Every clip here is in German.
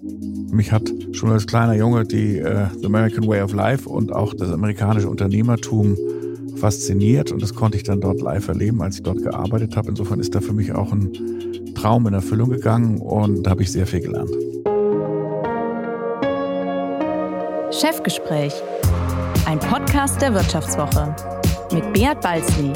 Mich hat schon als kleiner Junge die The American Way of Life und auch das amerikanische Unternehmertum fasziniert. Und das konnte ich dann dort live erleben, als ich dort gearbeitet habe. Insofern ist da für mich auch ein Traum in Erfüllung gegangen und da habe ich sehr viel gelernt. Chefgespräch, ein Podcast der Wirtschaftswoche mit Beat Balzli.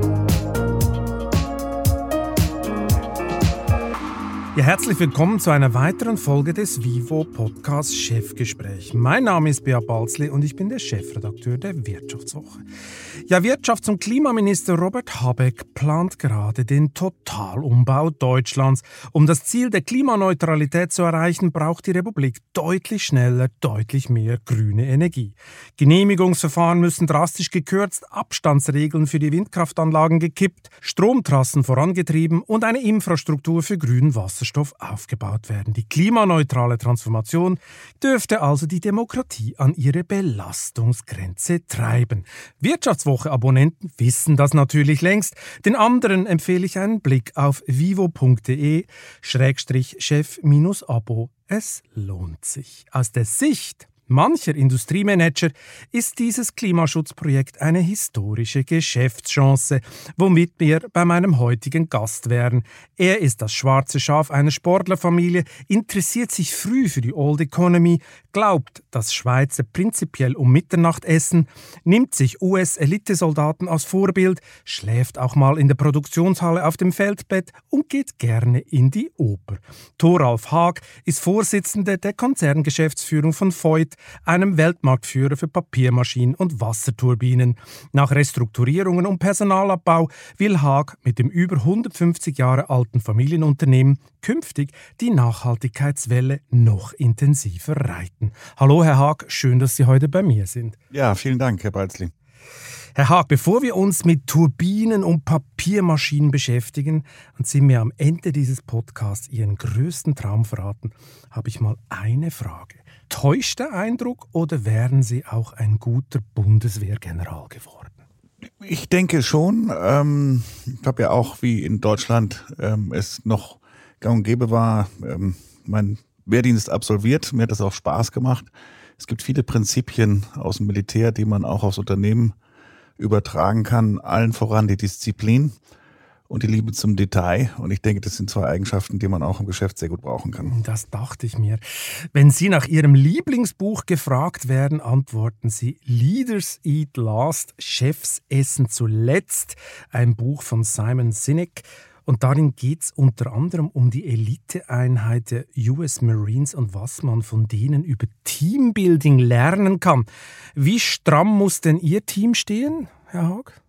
Ja, herzlich willkommen zu einer weiteren Folge des Vivo-Podcasts Chefgespräch. Mein Name ist Beat Balzli und ich bin der Chefredakteur der Wirtschaftswoche. Ja, Wirtschafts- und Klimaminister Robert Habeck plant gerade den Totalumbau Deutschlands. Um das Ziel der Klimaneutralität zu erreichen, braucht die Republik deutlich schneller, deutlich mehr grüne Energie. Genehmigungsverfahren müssen drastisch gekürzt, Abstandsregeln für die Windkraftanlagen gekippt, Stromtrassen vorangetrieben und eine Infrastruktur für grünen Wasserstoff aufgebaut werden. Die klimaneutrale Transformation dürfte also die Demokratie an ihre Belastungsgrenze treiben. Wirtschaftswoche-Abonnenten wissen das natürlich längst. Den anderen empfehle ich einen Blick auf vivo.de/chef-abo. Es lohnt sich. Aus der Sicht mancher Industriemanager ist dieses Klimaschutzprojekt eine historische Geschäftschance, womit wir bei meinem heutigen Gast wären. Er ist das schwarze Schaf einer Sportlerfamilie, interessiert sich früh für die Old Economy, glaubt, dass Schweizer prinzipiell um Mitternacht essen, nimmt sich US-Elitesoldaten als Vorbild, schläft auch mal in der Produktionshalle auf dem Feldbett und geht gerne in die Oper. Thoralf Haag ist Vorsitzender der Konzerngeschäftsführung von Voith, einem Weltmarktführer für Papiermaschinen und Wasserturbinen. Nach Restrukturierungen und Personalabbau will Haag mit dem über 150 Jahre alten Familienunternehmen künftig die Nachhaltigkeitswelle noch intensiver reiten. Hallo Herr Haag, schön, dass Sie heute bei mir sind. Ja, vielen Dank, Herr Balzli. Herr Haag, bevor wir uns mit Turbinen und Papiermaschinen beschäftigen und Sie mir am Ende dieses Podcasts Ihren größten Traum verraten, habe ich mal eine Frage. Täuscht der Eindruck oder wären Sie auch ein guter Bundeswehrgeneral geworden? Ich denke schon. Ich habe ja auch, wie in Deutschland es noch gang und gäbe war, meinen Wehrdienst absolviert. Mir hat das auch Spaß gemacht. Es gibt viele Prinzipien aus dem Militär, die man auch aufs Unternehmen übertragen kann. Allen voran die Disziplin und die Liebe zum Detail. Und ich denke, das sind zwei Eigenschaften, die man auch im Geschäft sehr gut brauchen kann. Das dachte ich mir. Wenn Sie nach Ihrem Lieblingsbuch gefragt werden, antworten Sie Leaders Eat Last, Chefs essen zuletzt. Ein Buch von Simon Sinek. Und darin geht es unter anderem um die Eliteeinheit der US Marines und was man von denen über Teambuilding lernen kann. Wie stramm muss denn Ihr Team stehen, Herr Haag?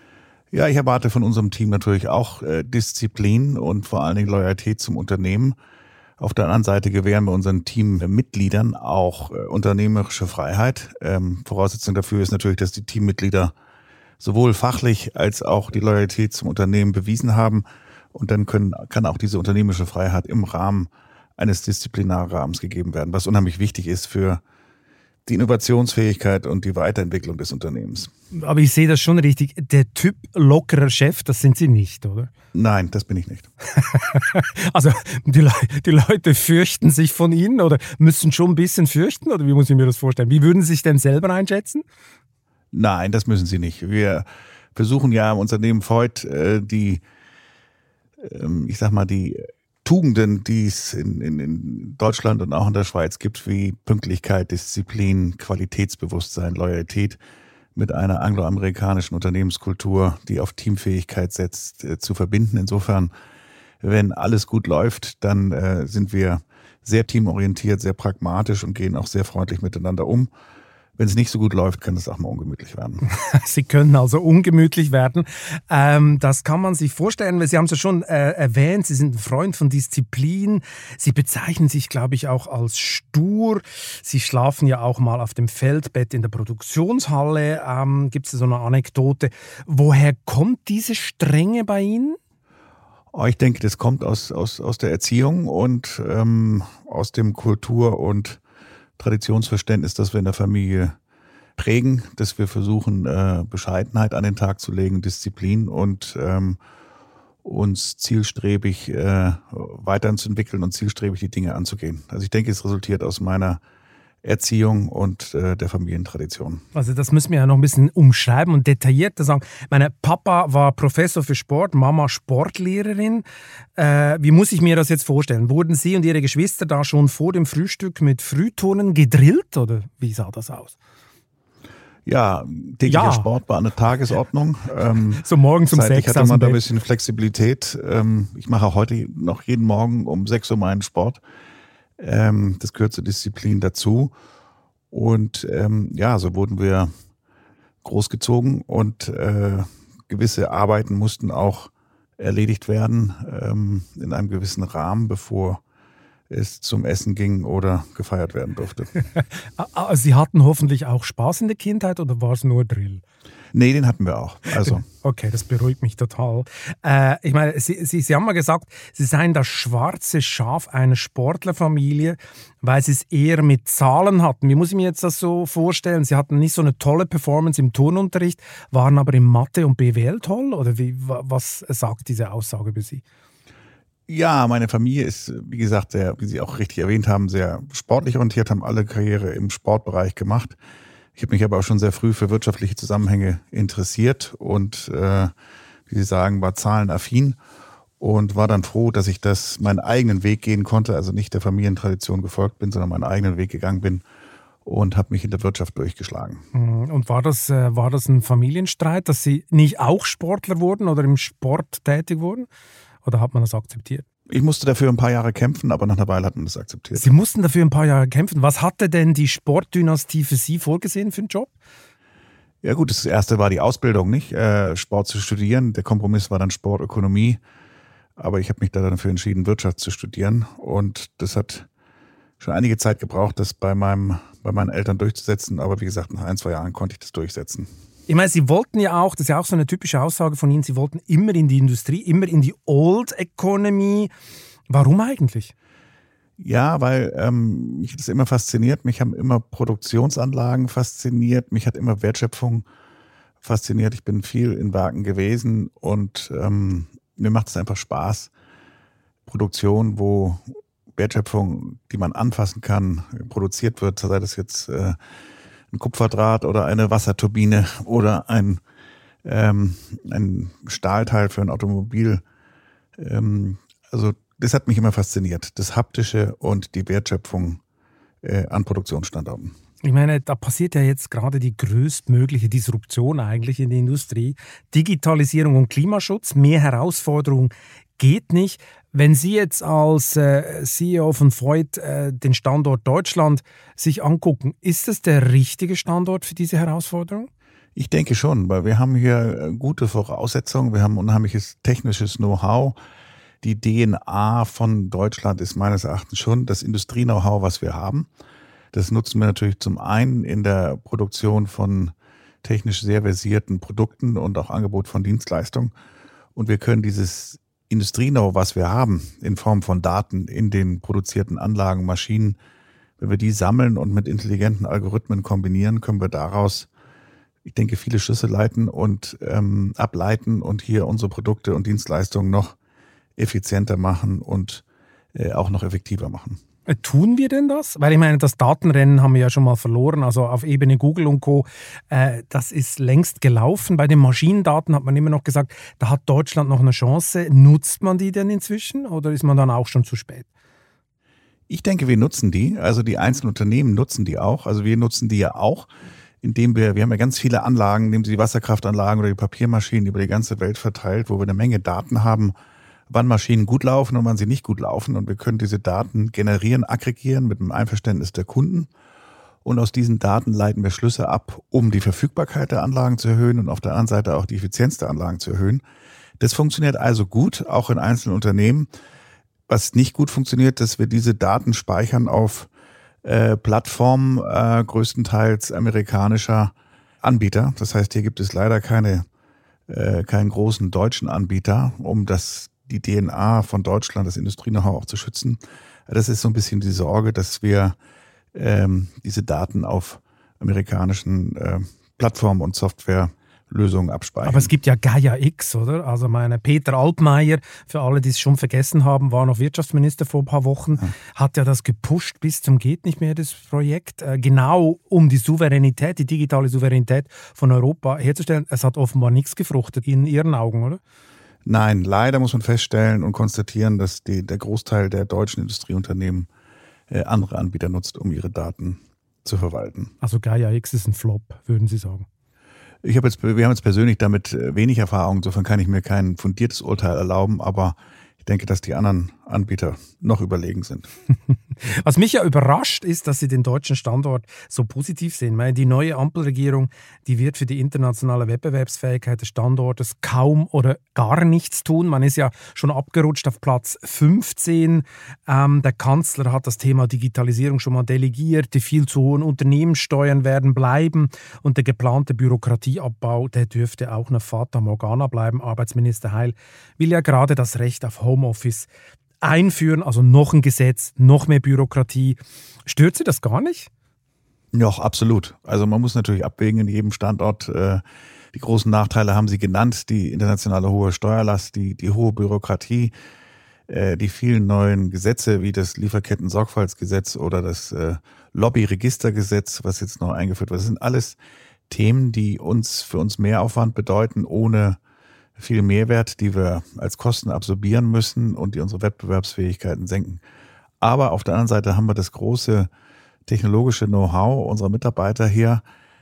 Ja, ich erwarte von unserem Team natürlich auch Disziplin und vor allen Dingen Loyalität zum Unternehmen. Auf der anderen Seite gewähren wir unseren Teammitgliedern auch unternehmerische Freiheit. Voraussetzung dafür ist natürlich, dass die Teammitglieder sowohl fachlich als auch die Loyalität zum Unternehmen bewiesen haben. Und dann kann auch diese unternehmerische Freiheit im Rahmen eines Disziplinarrahmens gegeben werden, was unheimlich wichtig ist für die Innovationsfähigkeit und die Weiterentwicklung des Unternehmens. Aber ich sehe das schon richtig. Der Typ lockerer Chef, das sind Sie nicht, oder? Nein, das bin ich nicht. Also die Leute fürchten sich von Ihnen oder müssen schon ein bisschen fürchten? Oder wie muss ich mir das vorstellen? Wie würden Sie sich denn selber einschätzen? Nein, das müssen Sie nicht. Wir versuchen ja im Unternehmen Voith die Tugenden, die es in Deutschland und auch in der Schweiz gibt, wie Pünktlichkeit, Disziplin, Qualitätsbewusstsein, Loyalität, mit einer angloamerikanischen Unternehmenskultur, die auf Teamfähigkeit setzt, zu verbinden. Insofern, wenn alles gut läuft, dann sind wir sehr teamorientiert, sehr pragmatisch und gehen auch sehr freundlich miteinander um. Wenn es nicht so gut läuft, kann es auch mal ungemütlich werden. Sie können also ungemütlich werden. Das kann man sich vorstellen, weil Sie haben es ja schon erwähnt, Sie sind ein Freund von Disziplin. Sie bezeichnen sich, glaube ich, auch als stur. Sie schlafen ja auch mal auf dem Feldbett in der Produktionshalle. Gibt es so eine Anekdote. Woher kommt diese Strenge bei Ihnen? Ich denke, das kommt aus der Erziehung und aus dem Kultur- und Traditionsverständnis, das wir in der Familie prägen, dass wir versuchen, Bescheidenheit an den Tag zu legen, Disziplin und uns zielstrebig weiterzuentwickeln und zielstrebig die Dinge anzugehen. Also ich denke, es resultiert aus meiner Erziehung und der Familientradition. Also das müssen wir ja noch ein bisschen umschreiben und detaillierter sagen. Mein Papa war Professor für Sport, Mama Sportlehrerin. Wie muss ich mir das jetzt vorstellen? Wurden Sie und Ihre Geschwister da schon vor dem Frühstück mit Frühturnen gedrillt oder wie sah das aus? Ja, täglicher Sport war eine Tagesordnung. So morgens um 6 Ich hatte mal da ein bisschen Flexibilität. Ich mache auch heute noch jeden Morgen um 6 Uhr meinen Sport. Das gehört zur Disziplin dazu. Und so wurden wir großgezogen und gewisse Arbeiten mussten auch erledigt werden in einem gewissen Rahmen, bevor es zum Essen ging oder gefeiert werden durfte. Sie hatten hoffentlich auch Spaß in der Kindheit oder war es nur Drill? Nee, den hatten wir auch. Also. Okay, das beruhigt mich total. Ich meine, Sie haben mal gesagt, Sie seien das schwarze Schaf einer Sportlerfamilie, weil Sie es eher mit Zahlen hatten. Wie muss ich mir jetzt das so vorstellen? Sie hatten nicht so eine tolle Performance im Turnunterricht, waren aber in Mathe und BWL toll? Oder was sagt diese Aussage über Sie? Ja, meine Familie ist, wie gesagt, wie Sie auch richtig erwähnt haben, sehr sportlich orientiert, haben alle Karriere im Sportbereich gemacht. Ich habe mich aber auch schon sehr früh für wirtschaftliche Zusammenhänge interessiert und, wie Sie sagen, war zahlenaffin und war dann froh, dass ich meinen eigenen Weg gehen konnte, also nicht der Familientradition gefolgt bin, sondern meinen eigenen Weg gegangen bin und habe mich in der Wirtschaft durchgeschlagen. Und war das ein Familienstreit, dass Sie nicht auch Sportler wurden oder im Sport tätig wurden? Oder hat man das akzeptiert? Ich musste dafür ein paar Jahre kämpfen, aber nach einer Weile hat man das akzeptiert. Sie mussten dafür ein paar Jahre kämpfen. Was hatte denn die Sportdynastie für Sie vorgesehen für einen Job? Ja gut, das erste war die Ausbildung, nicht? Sport zu studieren. Der Kompromiss war dann Sportökonomie. Aber ich habe mich da dann dafür entschieden, Wirtschaft zu studieren. Und das hat schon einige Zeit gebraucht, das bei meinen Eltern durchzusetzen. Aber wie gesagt, nach 1-2 Jahren konnte ich das durchsetzen. Ich meine, Sie wollten ja auch, das ist ja auch so eine typische Aussage von Ihnen, Sie wollten immer in die Industrie, immer in die Old Economy. Warum eigentlich? Ja, weil mich das immer fasziniert. Mich haben immer Produktionsanlagen fasziniert. Mich hat immer Wertschöpfung fasziniert. Ich bin viel in Werken gewesen und mir macht es einfach Spaß. Produktion, wo Wertschöpfung, die man anfassen kann, produziert wird, sei das jetzt ein Kupferdraht oder eine Wasserturbine oder ein Stahlteil für ein Automobil. Also das hat mich immer fasziniert, das Haptische und die Wertschöpfung an Produktionsstandorten. Ich meine, da passiert ja jetzt gerade die größtmögliche Disruption eigentlich in der Industrie. Digitalisierung und Klimaschutz, mehr Herausforderung geht nicht. Wenn Sie jetzt als CEO von Voith den Standort Deutschland sich angucken, ist das der richtige Standort für diese Herausforderung? Ich denke schon, weil wir haben hier gute Voraussetzungen, wir haben unheimliches technisches Know-how. Die DNA von Deutschland ist meines Erachtens schon das Industrie-Know-how, was wir haben. Das nutzen wir natürlich zum einen in der Produktion von technisch sehr versierten Produkten und auch Angebot von Dienstleistungen. Und wir können dieses Industrie-Know-how, was wir haben, in Form von Daten in den produzierten Anlagen, Maschinen, wenn wir die sammeln und mit intelligenten Algorithmen kombinieren, können wir daraus, ich denke, viele Schlüsse leiten und ableiten und hier unsere Produkte und Dienstleistungen noch effizienter machen und auch noch effektiver machen. Tun wir denn das? Weil ich meine, das Datenrennen haben wir ja schon mal verloren, also auf Ebene Google und Co. Das ist längst gelaufen. Bei den Maschinendaten hat man immer noch gesagt, da hat Deutschland noch eine Chance. Nutzt man die denn inzwischen oder ist man dann auch schon zu spät? Ich denke, wir nutzen die. Also die einzelnen Unternehmen nutzen die auch. Also wir nutzen die ja auch, indem wir haben ja ganz viele Anlagen, nehmen Sie die Wasserkraftanlagen oder die Papiermaschinen über die ganze Welt verteilt, wo wir eine Menge Daten haben, wann Maschinen gut laufen und wann sie nicht gut laufen. Und wir können diese Daten generieren, aggregieren mit dem Einverständnis der Kunden. Und aus diesen Daten leiten wir Schlüsse ab, um die Verfügbarkeit der Anlagen zu erhöhen und auf der anderen Seite auch die Effizienz der Anlagen zu erhöhen. Das funktioniert also gut, auch in einzelnen Unternehmen. Was nicht gut funktioniert, dass wir diese Daten speichern auf Plattformen größtenteils amerikanischer Anbieter. Das heißt, hier gibt es leider keinen großen deutschen Anbieter, um die DNA von Deutschland, das Industrie-Know-how auch zu schützen. Das ist so ein bisschen die Sorge, dass wir diese Daten auf amerikanischen Plattformen und Software Lösungen abspeichern. Aber es gibt ja Gaia X, oder? Also Peter Altmaier, für alle, die es schon vergessen haben, war noch Wirtschaftsminister vor ein paar Wochen, hat ja das gepusht bis zum geht nicht mehr, das Projekt, genau um die Souveränität, die digitale Souveränität von Europa herzustellen. Es hat offenbar nichts gefruchtet in Ihren Augen, oder? Nein, leider muss man feststellen und konstatieren, dass der Großteil der deutschen Industrieunternehmen andere Anbieter nutzt, um ihre Daten zu verwalten. Also Gaia X ist ein Flop, würden Sie sagen? Wir haben jetzt persönlich damit wenig Erfahrung, insofern kann ich mir kein fundiertes Urteil erlauben, aber ich denke, dass die anderen Anbieter noch überlegen sind. Was mich ja überrascht ist, dass Sie den deutschen Standort so positiv sehen. Die neue Ampelregierung, die wird für die internationale Wettbewerbsfähigkeit des Standortes kaum oder gar nichts tun. Man ist ja schon abgerutscht auf Platz 15. Der Kanzler hat das Thema Digitalisierung schon mal delegiert. Die viel zu hohen Unternehmenssteuern werden bleiben und der geplante Bürokratieabbau, der dürfte auch eine Fata Morgana bleiben. Arbeitsminister Heil will ja gerade das Recht auf Homeoffice einführen, also noch ein Gesetz, noch mehr Bürokratie. Stört Sie das gar nicht? Ja, absolut. Also man muss natürlich abwägen in jedem Standort. Die großen Nachteile haben Sie genannt, die internationale hohe Steuerlast, die hohe Bürokratie, die vielen neuen Gesetze wie das Lieferketten-Sorgfaltsgesetz oder das Lobbyregistergesetz, was jetzt noch eingeführt wird. Das sind alles Themen, die für uns Mehraufwand bedeuten, ohne viel Mehrwert, die wir als Kosten absorbieren müssen und die unsere Wettbewerbsfähigkeiten senken. Aber auf der anderen Seite haben wir das große technologische Know-how unserer Mitarbeiter hier,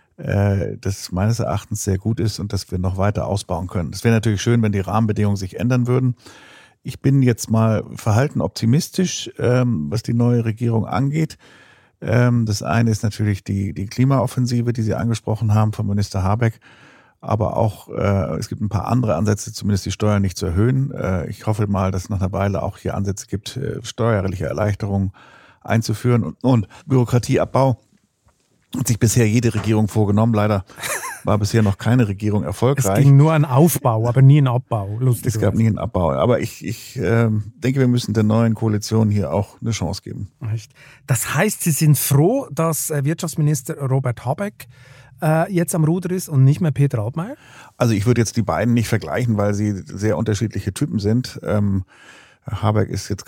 das meines Erachtens sehr gut ist und das wir noch weiter ausbauen können. Es wäre natürlich schön, wenn die Rahmenbedingungen sich ändern würden. Ich bin jetzt mal verhalten optimistisch, was die neue Regierung angeht. Das eine ist natürlich die Klimaoffensive, die Sie angesprochen haben von Minister Habeck. Aber auch, es gibt ein paar andere Ansätze, zumindest die Steuern nicht zu erhöhen. Ich hoffe mal, dass es nach einer Weile auch hier Ansätze gibt, steuerliche Erleichterungen einzuführen und Bürokratieabbau. Hat sich bisher jede Regierung vorgenommen. Leider war bisher noch keine Regierung erfolgreich. Es ging nur ein Aufbau, aber nie ein Abbau. Lustig. Es gab nie einen Abbau. Aber ich denke, wir müssen der neuen Koalition hier auch eine Chance geben. Das heißt, Sie sind froh, dass Wirtschaftsminister Robert Habeck jetzt am Ruder ist und nicht mehr Peter Altmaier? Also ich würde jetzt die beiden nicht vergleichen, weil sie sehr unterschiedliche Typen sind. Minister Habeck ist jetzt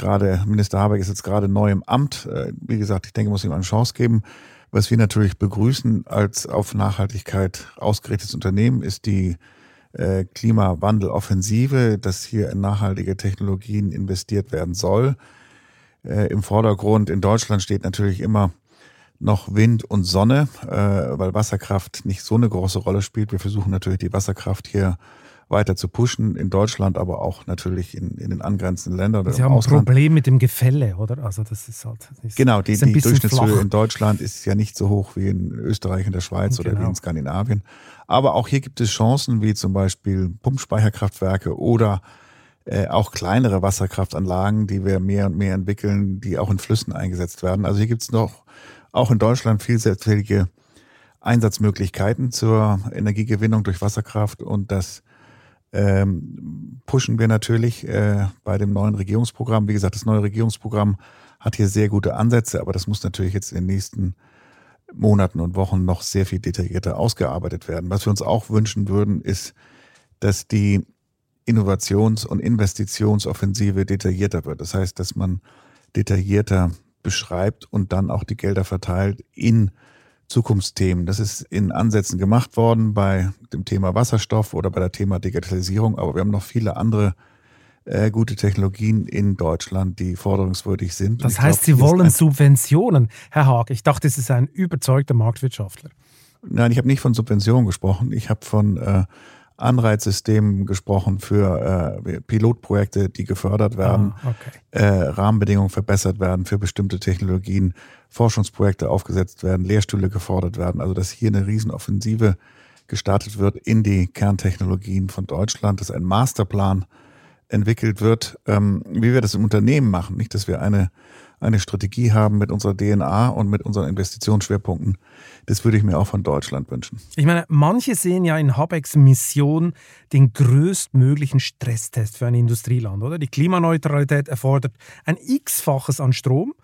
gerade neu im Amt. Wie gesagt, ich denke, muss ihm eine Chance geben. Was wir natürlich begrüßen als auf Nachhaltigkeit ausgerichtetes Unternehmen ist die Klimawandeloffensive, dass hier in nachhaltige Technologien investiert werden soll. Im Vordergrund in Deutschland steht natürlich immer noch Wind und Sonne, weil Wasserkraft nicht so eine große Rolle spielt. Wir versuchen natürlich die Wasserkraft hier weiter zu pushen, in Deutschland, aber auch natürlich in den angrenzenden Ländern oder Sie haben Ausland. Ein Problem mit dem Gefälle, oder? Also das ist halt genau, die Durchschnittshöhe in Deutschland ist ja nicht so hoch wie in Österreich und der Schweiz oder wie in Skandinavien. Aber auch hier gibt es Chancen, wie zum Beispiel Pumpspeicherkraftwerke oder auch kleinere Wasserkraftanlagen, die wir mehr und mehr entwickeln, die auch in Flüssen eingesetzt werden. Also hier gibt es noch auch in Deutschland vielfältige Einsatzmöglichkeiten zur Energiegewinnung durch Wasserkraft und das pushen wir natürlich bei dem neuen Regierungsprogramm. Wie gesagt, das neue Regierungsprogramm hat hier sehr gute Ansätze, aber das muss natürlich jetzt in den nächsten Monaten und Wochen noch sehr viel detaillierter ausgearbeitet werden. Was wir uns auch wünschen würden, ist, dass die Innovations- und Investitionsoffensive detaillierter wird. Das heißt, dass man detaillierter beschreibt und dann auch die Gelder verteilt in Zukunftsthemen. Das ist in Ansätzen gemacht worden bei dem Thema Wasserstoff oder bei der Thema Digitalisierung, aber wir haben noch viele andere gute Technologien in Deutschland, die forderungswürdig sind. Das heißt, Sie wollen Subventionen, Herr Haag. Ich dachte, Sie seien ein überzeugter Marktwirtschaftler. Nein, ich habe nicht von Subventionen gesprochen. Ich habe von Anreizsystemen gesprochen für Pilotprojekte, die gefördert werden, Rahmenbedingungen verbessert werden für bestimmte Technologien, Forschungsprojekte aufgesetzt werden, Lehrstühle gefordert werden. Also dass hier eine Riesenoffensive gestartet wird in die Kerntechnologien von Deutschland, dass ein Masterplan entwickelt wird, wie wir das im Unternehmen machen. Nicht, dass wir eine Strategie haben mit unserer DNA und mit unseren Investitionsschwerpunkten. Das würde ich mir auch von Deutschland wünschen. Ich meine, manche sehen ja in Habecks Mission den größtmöglichen Stresstest für ein Industrieland, oder? Die Klimaneutralität erfordert ein X-faches an Strom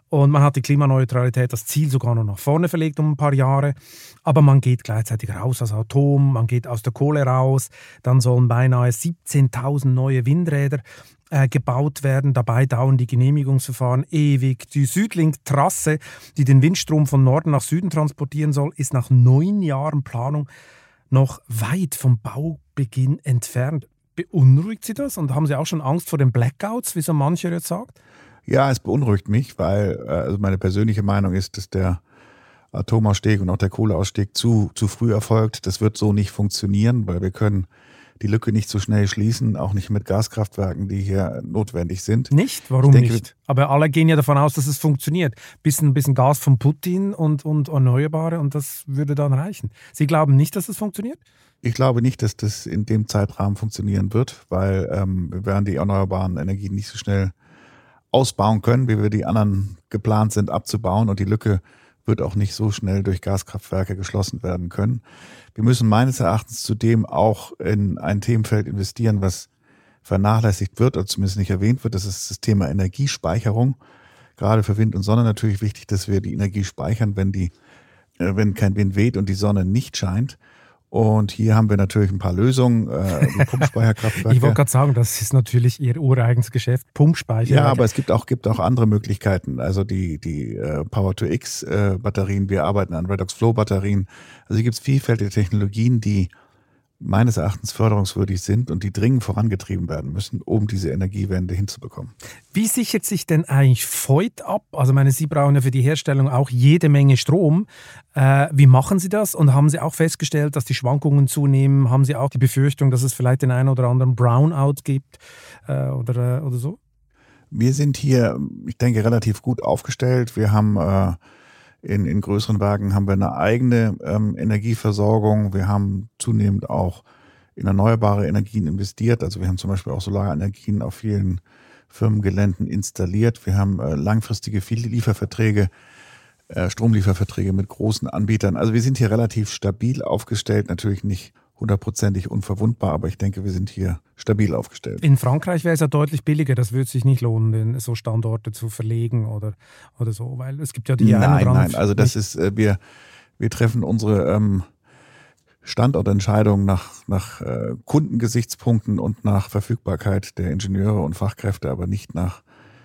Und man hat die Klimaneutralität, das Ziel sogar noch nach vorne verlegt um ein paar Jahre. Aber man geht gleichzeitig raus aus Atom, man geht aus der Kohle raus. Dann sollen beinahe 17.000 neue Windräder gebaut werden. Dabei dauern die Genehmigungsverfahren ewig. Die Südlink-Trasse, die den Windstrom von Norden nach Süden transportieren soll, ist nach 9 Jahren Planung noch weit vom Baubeginn entfernt. Beunruhigt Sie das? Und haben Sie auch schon Angst vor den Blackouts, wie so mancher jetzt sagt? Ja, es beunruhigt mich, weil also meine persönliche Meinung ist, dass der Atomausstieg und auch der Kohleausstieg zu früh erfolgt. Das wird so nicht funktionieren, weil wir können die Lücke nicht so schnell schließen, auch nicht mit Gaskraftwerken, die hier notwendig sind. Nicht? Warum nicht? Aber alle gehen ja davon aus, dass es funktioniert. Ein bisschen Gas von Putin und Erneuerbare und das würde dann reichen. Sie glauben nicht, dass es funktioniert? Ich glaube nicht, dass das in dem Zeitrahmen funktionieren wird, weil wir werden die erneuerbaren Energien nicht so schnell ausbauen können, wie wir die anderen geplant sind abzubauen, und die Lücke wird auch nicht so schnell durch Gaskraftwerke geschlossen werden können. Wir müssen meines Erachtens zudem auch in ein Themenfeld investieren, was vernachlässigt wird oder zumindest nicht erwähnt wird. Das ist das Thema Energiespeicherung. Gerade für Wind und Sonne natürlich wichtig, dass wir die Energie speichern, wenn kein Wind weht und die Sonne nicht scheint. Und hier haben wir natürlich ein paar Lösungen, die Pumpspeicherkraftwerke. Ich wollte gerade sagen, das ist natürlich Ihr ureigenes Geschäft, Pumpspeicher. Ja, aber es gibt auch andere Möglichkeiten. Also die Power-to-X-Batterien, wir arbeiten an Redox-Flow-Batterien. Also hier gibt es vielfältige Technologien, die meines Erachtens förderungswürdig sind und die dringend vorangetrieben werden müssen, um diese Energiewende hinzubekommen. Wie sichert sich denn eigentlich Voith ab? Also Sie brauchen ja für die Herstellung auch jede Menge Strom. Wie machen Sie das? Und haben Sie auch festgestellt, dass die Schwankungen zunehmen? Haben Sie auch die Befürchtung, dass es vielleicht den einen oder anderen Brownout gibt oder so? Wir sind hier, ich denke, relativ gut aufgestellt. Wir haben in größeren Werken haben wir eine eigene Energieversorgung. Wir haben zunehmend auch in erneuerbare Energien investiert. Also wir haben zum Beispiel auch Solarenergien auf vielen Firmengeländen installiert. Wir haben langfristige Lieferverträge, Stromlieferverträge mit großen Anbietern. Also wir sind hier relativ stabil aufgestellt, natürlich nicht 100%ig unverwundbar, aber ich denke, wir sind hier stabil aufgestellt. In Frankreich wäre es ja deutlich billiger, das würde sich nicht lohnen, so Standorte zu verlegen oder so, weil es gibt ja die Nein, also das ist, wir treffen unsere Standortentscheidungen nach Kundengesichtspunkten und nach Verfügbarkeit der Ingenieure und Fachkräfte, aber nicht nach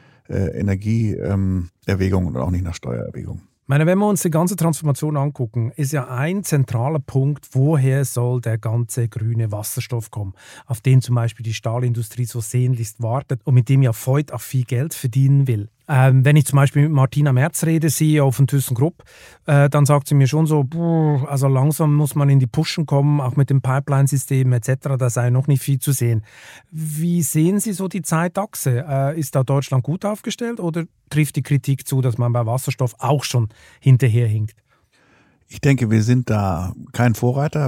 Energieerwägungen und auch nicht nach Steuererwägungen. Wenn wir uns die ganze Transformation angucken, ist ja ein zentraler Punkt, woher soll der ganze grüne Wasserstoff kommen, auf den zum Beispiel die Stahlindustrie so sehnlichst wartet und mit dem ja Voith auch viel Geld verdienen will. Wenn ich zum Beispiel mit Martina Merz rede, CEO von ThyssenKrupp, dann sagt sie mir schon so, also langsam muss man in die Pushen kommen, auch mit dem Pipeline-System etc., da sei noch nicht viel zu sehen. Wie sehen Sie so die Zeitachse? Ist da Deutschland gut aufgestellt oder trifft die Kritik zu, dass man bei Wasserstoff auch schon hinterherhinkt? Ich denke, wir sind da kein Vorreiter.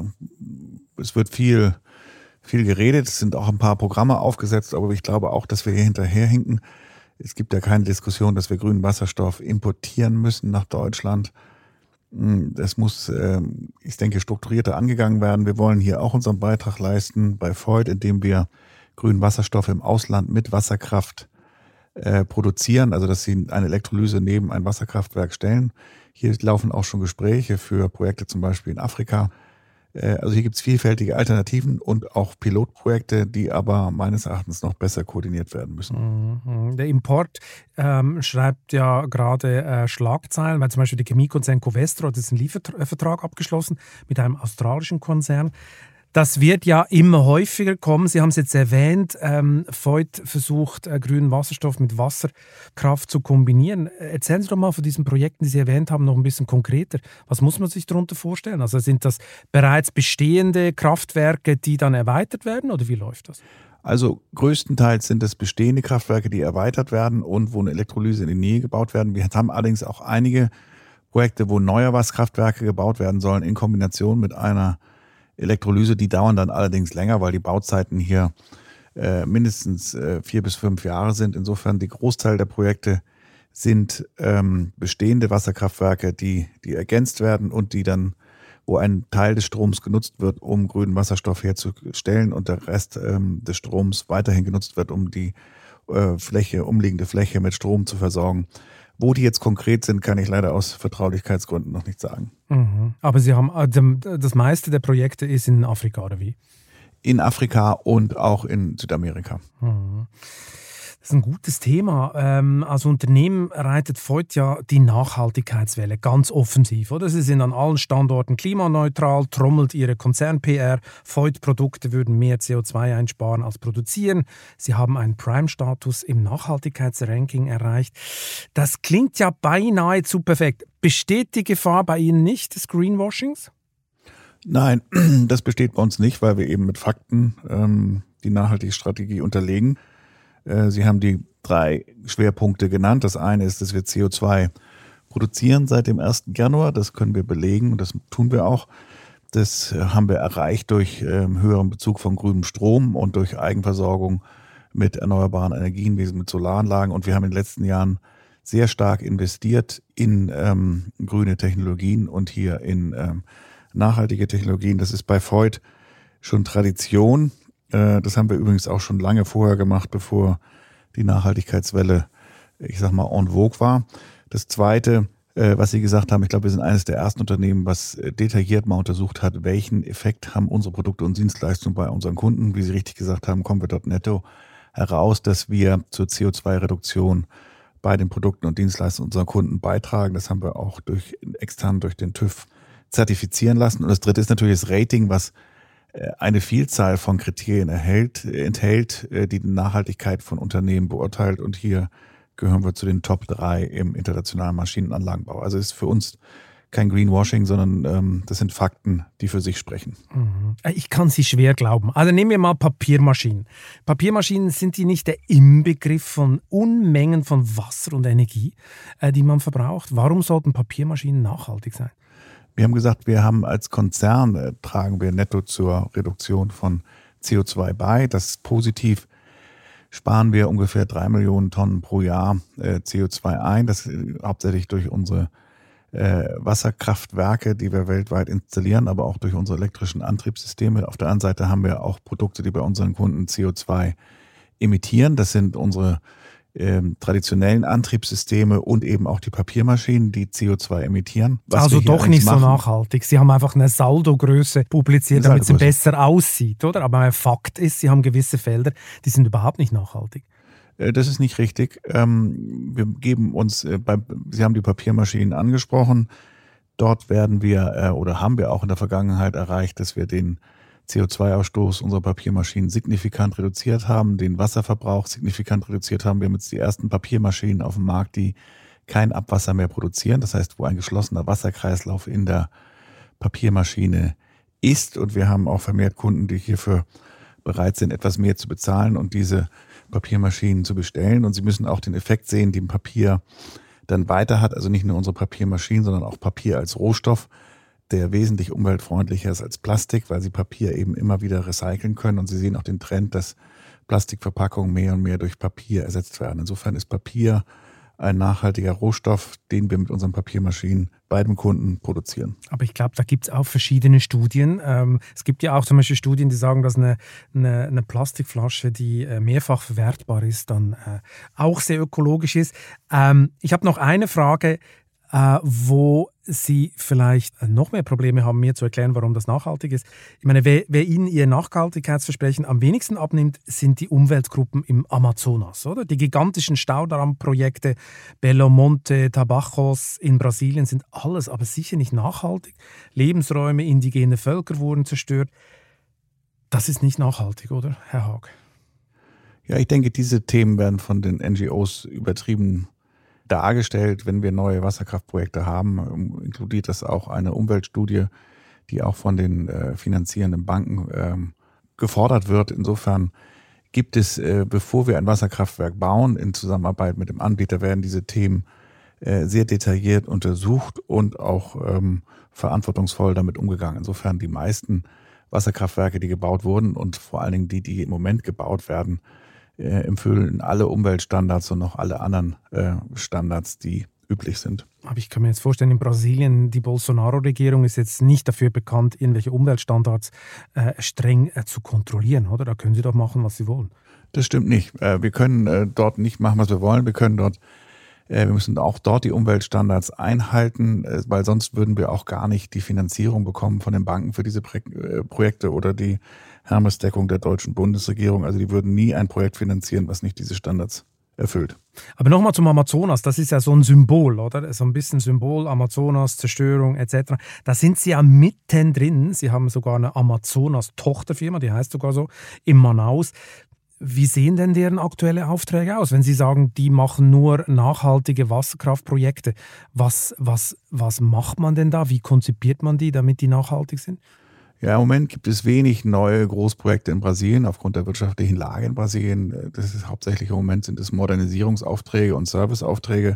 Es wird viel geredet, es sind auch ein paar Programme aufgesetzt, aber ich glaube auch, dass wir hier hinterherhinken. Es gibt ja keine Diskussion, dass wir grünen Wasserstoff importieren müssen nach Deutschland. Das muss, ich denke, strukturierter angegangen werden. Wir wollen hier auch unseren Beitrag leisten bei Voith, indem wir grünen Wasserstoff im Ausland mit Wasserkraft produzieren, also dass sie eine Elektrolyse neben ein Wasserkraftwerk stellen. Hier laufen auch schon Gespräche für Projekte zum Beispiel in Afrika. Also hier gibt es vielfältige Alternativen und auch Pilotprojekte, die aber meines Erachtens noch besser koordiniert werden müssen. Der Import schreibt ja gerade Schlagzeilen, weil zum Beispiel der Chemiekonzern Covestro hat jetzt einen Liefervertrag abgeschlossen mit einem australischen Konzern. Das wird ja immer häufiger kommen. Sie haben es jetzt erwähnt, Voith versucht, grünen Wasserstoff mit Wasserkraft zu kombinieren. Erzählen Sie doch mal von diesen Projekten, die Sie erwähnt haben, noch ein bisschen konkreter. Was muss man sich darunter vorstellen? Also sind das bereits bestehende Kraftwerke, die dann erweitert werden, oder wie läuft das? Also größtenteils sind es bestehende Kraftwerke, die erweitert werden und wo eine Elektrolyse in die Nähe gebaut werden. Wir haben allerdings auch einige Projekte, wo neue Wasserkraftwerke gebaut werden sollen in Kombination mit einer Elektrolyse. Die dauern dann allerdings länger, weil die Bauzeiten hier mindestens 4 bis 5 Jahre sind. Insofern die Großteil der Projekte sind bestehende Wasserkraftwerke, die ergänzt werden und die dann, wo ein Teil des Stroms genutzt wird, um grünen Wasserstoff herzustellen und der Rest des Stroms weiterhin genutzt wird, um die umliegende Fläche mit Strom zu versorgen, Wo die jetzt konkret sind, kann ich leider aus Vertraulichkeitsgründen noch nicht sagen. Mhm. Aber Sie haben das meiste der Projekte ist in Afrika, oder wie? In Afrika und auch in Südamerika. Mhm. Das ist ein gutes Thema. Als Unternehmen reitet Voith ja die Nachhaltigkeitswelle ganz offensiv. Oder? Sie sind an allen Standorten klimaneutral, trommelt ihre Konzern-PR. Voith-Produkte würden mehr CO2 einsparen als produzieren. Sie haben einen Prime-Status im Nachhaltigkeitsranking erreicht. Das klingt ja beinahe zu perfekt. Besteht die Gefahr bei Ihnen nicht des Greenwashings? Nein, das besteht bei uns nicht, weil wir eben mit Fakten die Nachhaltigkeitsstrategie unterlegen. Sie haben die 3 Schwerpunkte genannt. Das eine ist, dass wir CO2 produzieren seit dem 1. Januar. Das können wir belegen und das tun wir auch. Das haben wir erreicht durch höheren Bezug von grünem Strom und durch Eigenversorgung mit erneuerbaren Energien, wie mit Solaranlagen. Und wir haben in den letzten Jahren sehr stark investiert in grüne Technologien und hier in nachhaltige Technologien. Das ist bei Voith schon Tradition. Das haben wir übrigens auch schon lange vorher gemacht, bevor die Nachhaltigkeitswelle, ich sag mal, en vogue war. Das Zweite, was Sie gesagt haben, ich glaube, wir sind eines der ersten Unternehmen, was detailliert mal untersucht hat, welchen Effekt haben unsere Produkte und Dienstleistungen bei unseren Kunden. Wie Sie richtig gesagt haben, kommen wir dort netto heraus, dass wir zur CO2-Reduktion bei den Produkten und Dienstleistungen unserer Kunden beitragen. Das haben wir auch extern durch den TÜV zertifizieren lassen. Und das Dritte ist natürlich das Rating, was eine Vielzahl von Kriterien enthält, die Nachhaltigkeit von Unternehmen beurteilt. Und hier gehören wir zu den Top 3 im internationalen Maschinenanlagenbau. Also ist für uns kein Greenwashing, sondern das sind Fakten, die für sich sprechen. Ich kann sie schwer glauben. Also nehmen wir mal Papiermaschinen. Papiermaschinen, sind die nicht der Inbegriff von Unmengen von Wasser und Energie, die man verbraucht? Warum sollten Papiermaschinen nachhaltig sein? Wir haben gesagt, wir haben als Konzern, tragen wir netto zur Reduktion von CO2 bei. Das ist positiv. Sparen wir ungefähr 3 Millionen Tonnen pro Jahr CO2 ein. Das hauptsächlich durch unsere Wasserkraftwerke, die wir weltweit installieren, aber auch durch unsere elektrischen Antriebssysteme. Auf der anderen Seite haben wir auch Produkte, die bei unseren Kunden CO2 emittieren. Das sind unsere traditionellen Antriebssysteme und eben auch die Papiermaschinen, die CO2 emittieren. Also doch nicht so nachhaltig. Sie haben einfach eine Saldogröße publiziert, damit es besser aussieht, oder? Aber Fakt ist, Sie haben gewisse Felder, die sind überhaupt nicht nachhaltig. Das ist nicht richtig. Wir geben uns, Sie haben die Papiermaschinen angesprochen, dort werden wir oder haben wir auch in der Vergangenheit erreicht, dass wir den CO2-Ausstoß unserer Papiermaschinen signifikant reduziert haben, den Wasserverbrauch signifikant reduziert haben. Wir haben jetzt die ersten Papiermaschinen auf dem Markt, die kein Abwasser mehr produzieren. Das heißt, wo ein geschlossener Wasserkreislauf in der Papiermaschine ist. Und wir haben auch vermehrt Kunden, die hierfür bereit sind, etwas mehr zu bezahlen und diese Papiermaschinen zu bestellen. Und sie müssen auch den Effekt sehen, den Papier dann weiter hat. Also nicht nur unsere Papiermaschinen, sondern auch Papier als Rohstoff, der wesentlich umweltfreundlicher ist als Plastik, weil sie Papier eben immer wieder recyceln können. Und Sie sehen auch den Trend, dass Plastikverpackungen mehr und mehr durch Papier ersetzt werden. Insofern ist Papier ein nachhaltiger Rohstoff, den wir mit unseren Papiermaschinen bei dem Kunden produzieren. Aber ich glaube, da gibt es auch verschiedene Studien. Es gibt ja auch zum Beispiel Studien, die sagen, dass eine Plastikflasche, die mehrfach verwertbar ist, dann auch sehr ökologisch ist. Ich habe noch eine Frage, wo Sie vielleicht noch mehr Probleme haben, mir zu erklären, warum das nachhaltig ist. Ich meine, wer Ihnen Ihr Nachhaltigkeitsversprechen am wenigsten abnimmt, sind die Umweltgruppen im Amazonas, oder? Die gigantischen Staudammprojekte Belo Monte, Tabajos in Brasilien sind alles, aber sicher nicht nachhaltig. Lebensräume, indigene Völker wurden zerstört. Das ist nicht nachhaltig, oder, Herr Haag? Ja, ich denke, diese Themen werden von den NGOs übertrieben dargestellt. Wenn wir neue Wasserkraftprojekte haben, inkludiert das auch eine Umweltstudie, die auch von den finanzierenden Banken gefordert wird. Insofern gibt es, bevor wir ein Wasserkraftwerk bauen, in Zusammenarbeit mit dem Anbieter, werden diese Themen sehr detailliert untersucht und auch verantwortungsvoll damit umgegangen. Insofern die meisten Wasserkraftwerke, die gebaut wurden und vor allen Dingen die im Moment gebaut werden, erfüllen alle Umweltstandards und auch alle anderen Standards, die üblich sind. Aber ich kann mir jetzt vorstellen, in Brasilien, die Bolsonaro-Regierung ist jetzt nicht dafür bekannt, irgendwelche Umweltstandards streng zu kontrollieren, oder? Da können Sie doch machen, was Sie wollen. Das stimmt nicht. Wir können dort nicht machen, was wir wollen. Wir können dort Wir müssen auch dort die Umweltstandards einhalten, weil sonst würden wir auch gar nicht die Finanzierung bekommen von den Banken für diese Projekte oder die Hermesdeckung der deutschen Bundesregierung. Also die würden nie ein Projekt finanzieren, was nicht diese Standards erfüllt. Aber nochmal zum Amazonas, das ist ja so ein Symbol, oder? So ein bisschen Symbol, Amazonas, Zerstörung etc. Da sind Sie ja mittendrin. Sie haben sogar eine Amazonas-Tochterfirma, die heißt sogar so, in Manaus. Wie sehen denn deren aktuelle Aufträge aus, wenn Sie sagen, die machen nur nachhaltige Wasserkraftprojekte? Was macht man denn da? Wie konzipiert man die, damit die nachhaltig sind? Ja, im Moment gibt es wenig neue Großprojekte in Brasilien aufgrund der wirtschaftlichen Lage in Brasilien. Das ist hauptsächlich im Moment sind es Modernisierungsaufträge und Serviceaufträge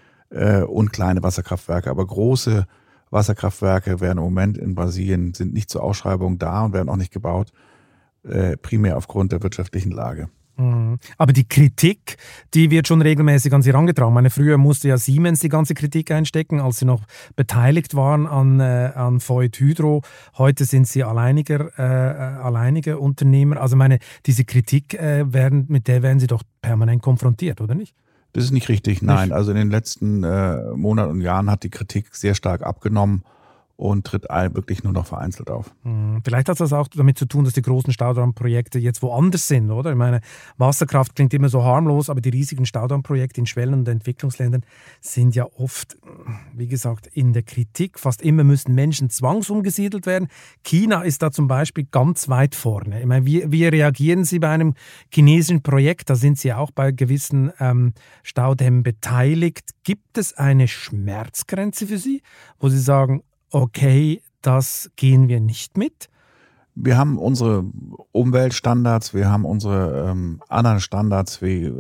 und kleine Wasserkraftwerke. Aber große Wasserkraftwerke werden im Moment in Brasilien sind nicht zur Ausschreibung da und werden auch nicht gebaut. Primär aufgrund der wirtschaftlichen Lage. Aber die Kritik, die wird schon regelmäßig an Sie herangetragen. Früher musste ja Siemens die ganze Kritik einstecken, als sie noch beteiligt waren an Voith Hydro. Heute sind sie alleinige Unternehmer. Also diese Kritik, mit der werden Sie doch permanent konfrontiert, oder nicht? Das ist nicht richtig, nein. Also in den letzten Monaten und Jahren hat die Kritik sehr stark abgenommen und tritt wirklich nur noch vereinzelt auf. Vielleicht hat das auch damit zu tun, dass die großen Staudammprojekte jetzt woanders sind, oder? Ich meine, Wasserkraft klingt immer so harmlos, aber die riesigen Staudammprojekte in Schwellen- und Entwicklungsländern sind ja oft, wie gesagt, in der Kritik. Fast immer müssen Menschen zwangsumgesiedelt werden. China ist da zum Beispiel ganz weit vorne. Ich meine, wie reagieren Sie bei einem chinesischen Projekt? Da sind Sie auch bei gewissen Staudämmen beteiligt. Gibt es eine Schmerzgrenze für Sie, wo Sie sagen, okay, das gehen wir nicht mit? Wir haben unsere Umweltstandards, wir haben unsere anderen Standards wie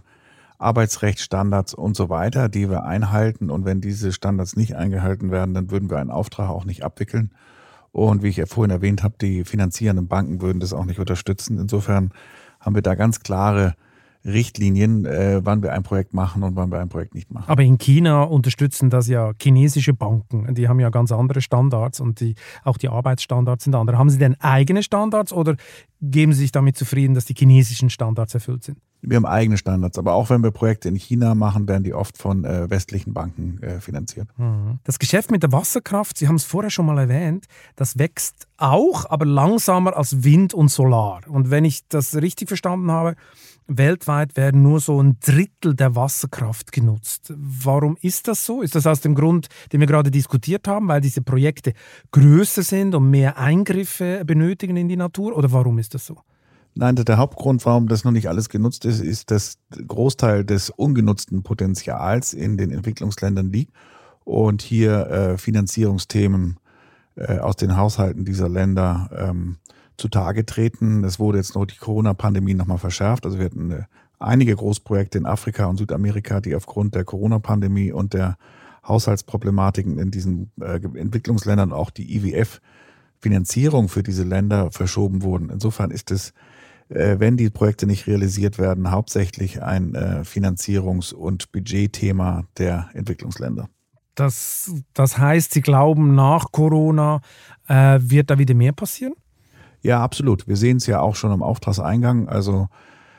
Arbeitsrechtsstandards und so weiter, die wir einhalten. Und wenn diese Standards nicht eingehalten werden, dann würden wir einen Auftrag auch nicht abwickeln. Und wie ich ja vorhin erwähnt habe, die finanzierenden Banken würden das auch nicht unterstützen. Insofern haben wir da ganz klare Richtlinien, wann wir ein Projekt machen und wann wir ein Projekt nicht machen. Aber in China unterstützen das ja chinesische Banken. Die haben ja ganz andere Standards und auch die Arbeitsstandards sind andere. Haben Sie denn eigene Standards oder geben Sie sich damit zufrieden, dass die chinesischen Standards erfüllt sind? Wir haben eigene Standards, aber auch wenn wir Projekte in China machen, werden die oft von westlichen Banken finanziert. Das Geschäft mit der Wasserkraft, Sie haben es vorher schon mal erwähnt, das wächst auch, aber langsamer als Wind und Solar. Und wenn ich das richtig verstanden habe, weltweit werden nur so 1/3 der Wasserkraft genutzt. Warum ist das so? Ist das aus dem Grund, den wir gerade diskutiert haben, weil diese Projekte größer sind und mehr Eingriffe benötigen in die Natur? Oder warum ist das so? Nein, der Hauptgrund, warum das noch nicht alles genutzt ist, ist, dass der Großteil des ungenutzten Potenzials in den Entwicklungsländern liegt und hier Finanzierungsthemen aus den Haushalten dieser Länder zutage treten. Es wurde jetzt noch die Corona-Pandemie nochmal verschärft. Also wir hatten einige Großprojekte in Afrika und Südamerika, die aufgrund der Corona-Pandemie und der Haushaltsproblematiken in diesen Entwicklungsländern auch die IWF-Finanzierung für diese Länder verschoben wurden. Insofern ist es, wenn die Projekte nicht realisiert werden, hauptsächlich ein Finanzierungs- und Budgetthema der Entwicklungsländer. Das heißt, Sie glauben, nach Corona wird da wieder mehr passieren? Ja, absolut. Wir sehen es ja auch schon im Auftragseingang, also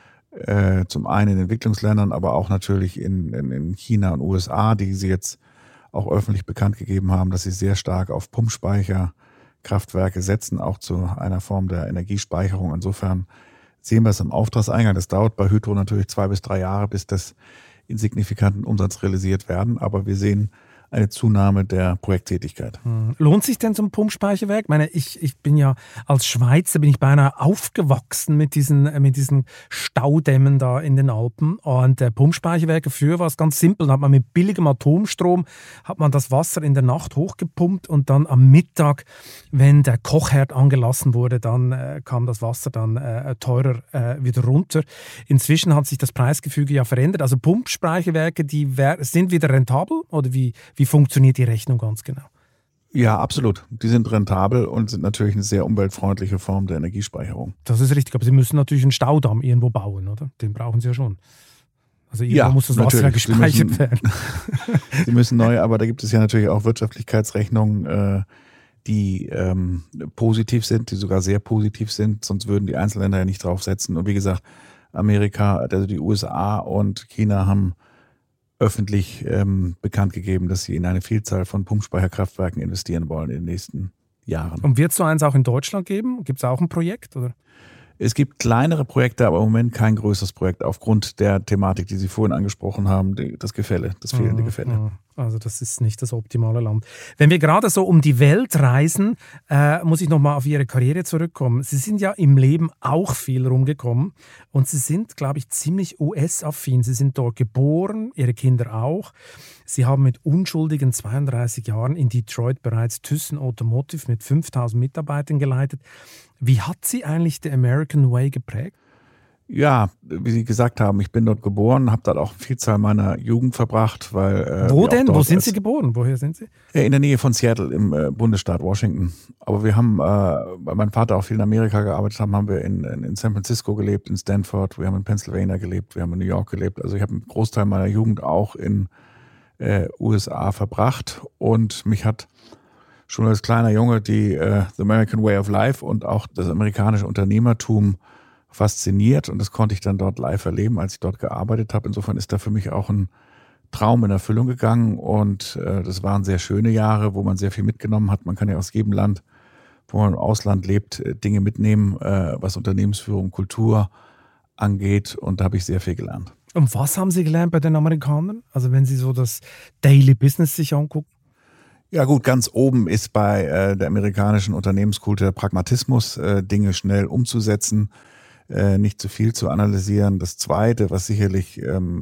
zum einen in Entwicklungsländern, aber auch natürlich in China und USA, die sie jetzt auch öffentlich bekannt gegeben haben, dass sie sehr stark auf Pumpspeicherkraftwerke setzen, auch zu einer Form der Energiespeicherung. Insofern sehen wir es im Auftragseingang. Das dauert bei Hydro natürlich 2 bis 3 Jahre, bis das in signifikanten Umsatz realisiert werden, aber wir sehen eine Zunahme der Projekttätigkeit. Lohnt sich denn so ein Pumpspeicherwerk? Ich meine, ich bin ja als Schweizer beinahe aufgewachsen mit diesen Staudämmen da in den Alpen. Und Pumpspeicherwerke, früher war es ganz simpel. Da hat man mit billigem Atomstrom das Wasser in der Nacht hochgepumpt und dann am Mittag, wenn der Kochherd angelassen wurde, dann kam das Wasser dann teurer wieder runter. Inzwischen hat sich das Preisgefüge ja verändert. Also Pumpspeicherwerke, die sind wieder rentabel oder wie funktioniert die Rechnung ganz genau? Ja, absolut. Die sind rentabel und sind natürlich eine sehr umweltfreundliche Form der Energiespeicherung. Das ist richtig, aber Sie müssen natürlich einen Staudamm irgendwo bauen, oder? Den brauchen Sie ja schon. Also irgendwo muss das Wasser gespeichert werden. Sie müssen neu, aber da gibt es ja natürlich auch Wirtschaftlichkeitsrechnungen, die positiv sind, die sogar sehr positiv sind, sonst würden die Einzelländer ja nicht draufsetzen. Und wie gesagt, Amerika, also die USA und China haben öffentlich bekannt gegeben, dass sie in eine Vielzahl von Pumpspeicherkraftwerken investieren wollen in den nächsten Jahren. Und wird es so eins auch in Deutschland geben? Gibt es auch ein Projekt, oder? Es gibt kleinere Projekte, aber im Moment kein größeres Projekt aufgrund der Thematik, die Sie vorhin angesprochen haben, das Gefälle, das fehlende Gefälle. Also das ist nicht das optimale Land. Wenn wir gerade so um die Welt reisen, muss ich nochmal auf Ihre Karriere zurückkommen. Sie sind ja im Leben auch viel rumgekommen und Sie sind, glaube ich, ziemlich US-affin. Sie sind dort geboren, Ihre Kinder auch. Sie haben mit unschuldigen 32 Jahren in Detroit bereits Thyssen Automotive mit 5000 Mitarbeitern geleitet. Wie hat Sie eigentlich der American Way geprägt? Ja, wie Sie gesagt haben, ich bin dort geboren, habe dort auch eine Vielzahl meiner Jugend verbracht. Wo denn? Wo sind Sie geboren? Woher sind Sie? In der Nähe von Seattle im Bundesstaat Washington. Aber wir haben, weil mein Vater auch viel in Amerika gearbeitet hat, haben wir in San Francisco gelebt, in Stanford, wir haben in Pennsylvania gelebt, wir haben in New York gelebt. Also ich habe einen Großteil meiner Jugend auch in USA verbracht und mich hat schon als kleiner Junge the American Way of Life und auch das amerikanische Unternehmertum fasziniert und das konnte ich dann dort live erleben, als ich dort gearbeitet habe. Insofern ist da für mich auch ein Traum in Erfüllung gegangen und das waren sehr schöne Jahre, wo man sehr viel mitgenommen hat. Man kann ja aus jedem Land, wo man im Ausland lebt, Dinge mitnehmen, was Unternehmensführung, Kultur angeht und da habe ich sehr viel gelernt. Und was haben Sie gelernt bei den Amerikanern? Also wenn Sie so das Daily Business sich angucken? Ja gut, ganz oben ist bei der amerikanischen Unternehmenskultur der Pragmatismus, Dinge schnell umzusetzen, nicht zu viel zu analysieren. Das Zweite, was sicherlich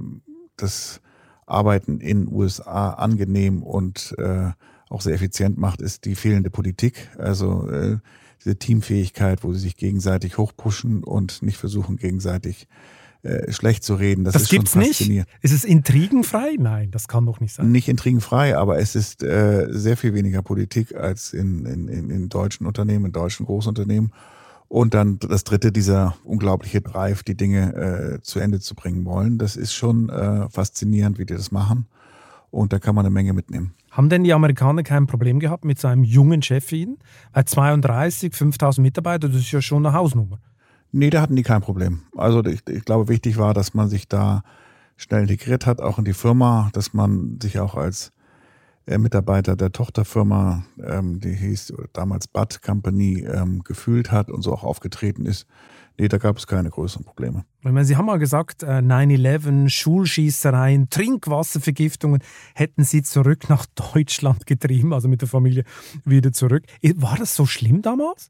das Arbeiten in USA angenehm und auch sehr effizient macht, ist die fehlende Politik. Also diese Teamfähigkeit, wo sie sich gegenseitig hochpushen und nicht versuchen, gegenseitig schlecht zu reden. Das ist gibt's schon faszinierend. Nicht? Ist es intrigenfrei? Nein, das kann doch nicht sein. Nicht intrigenfrei, aber es ist sehr viel weniger Politik als in deutschen Unternehmen, in deutschen Großunternehmen. Und dann das Dritte, dieser unglaubliche Drive, die Dinge zu Ende zu bringen wollen. Das ist schon faszinierend, wie die das machen. Und da kann man eine Menge mitnehmen. Haben denn die Amerikaner kein Problem gehabt mit so einem jungen Chef wie Ihnen? Bei 32, 5000 Mitarbeiter, das ist ja schon eine Hausnummer. Nee, da hatten die kein Problem. Also ich glaube, wichtig war, dass man sich da schnell integriert hat, auch in die Firma, dass man sich auch als Mitarbeiter der Tochterfirma, die hieß damals Bud Company, gefühlt hat und so auch aufgetreten ist. Nee, da gab es keine größeren Probleme. Ich meine, Sie haben mal gesagt, 9/11, Schulschießereien, Trinkwasservergiftungen hätten Sie zurück nach Deutschland getrieben, also mit der Familie wieder zurück. War das so schlimm damals?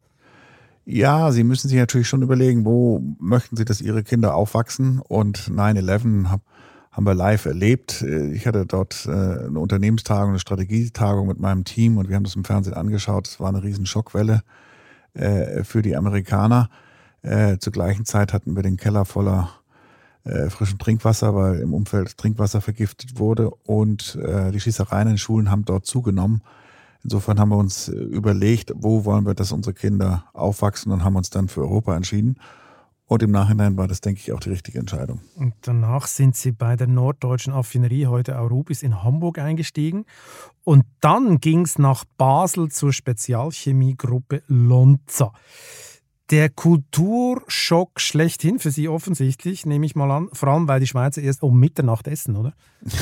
Ja, Sie müssen sich natürlich schon überlegen, wo möchten Sie, dass Ihre Kinder aufwachsen. Und 9/11 haben wir live erlebt. Ich hatte dort eine Unternehmenstagung, eine Strategietagung mit meinem Team und wir haben das im Fernsehen angeschaut. Es war eine riesen Schockwelle für die Amerikaner. Zur gleichen Zeit hatten wir den Keller voller frischem Trinkwasser, weil im Umfeld Trinkwasser vergiftet wurde und die Schießereien in Schulen haben dort zugenommen. Insofern haben wir uns überlegt, wo wollen wir, dass unsere Kinder aufwachsen und haben uns dann für Europa entschieden. Und im Nachhinein war das, denke ich, auch die richtige Entscheidung. Und danach sind Sie bei der Norddeutschen Affinerie, heute Aurubis, in Hamburg eingestiegen. Und dann ging es nach Basel zur Spezialchemiegruppe Lonza. Der Kulturschock schlechthin für Sie offensichtlich, nehme ich mal an. Vor allem, weil die Schweizer erst um Mitternacht essen, oder?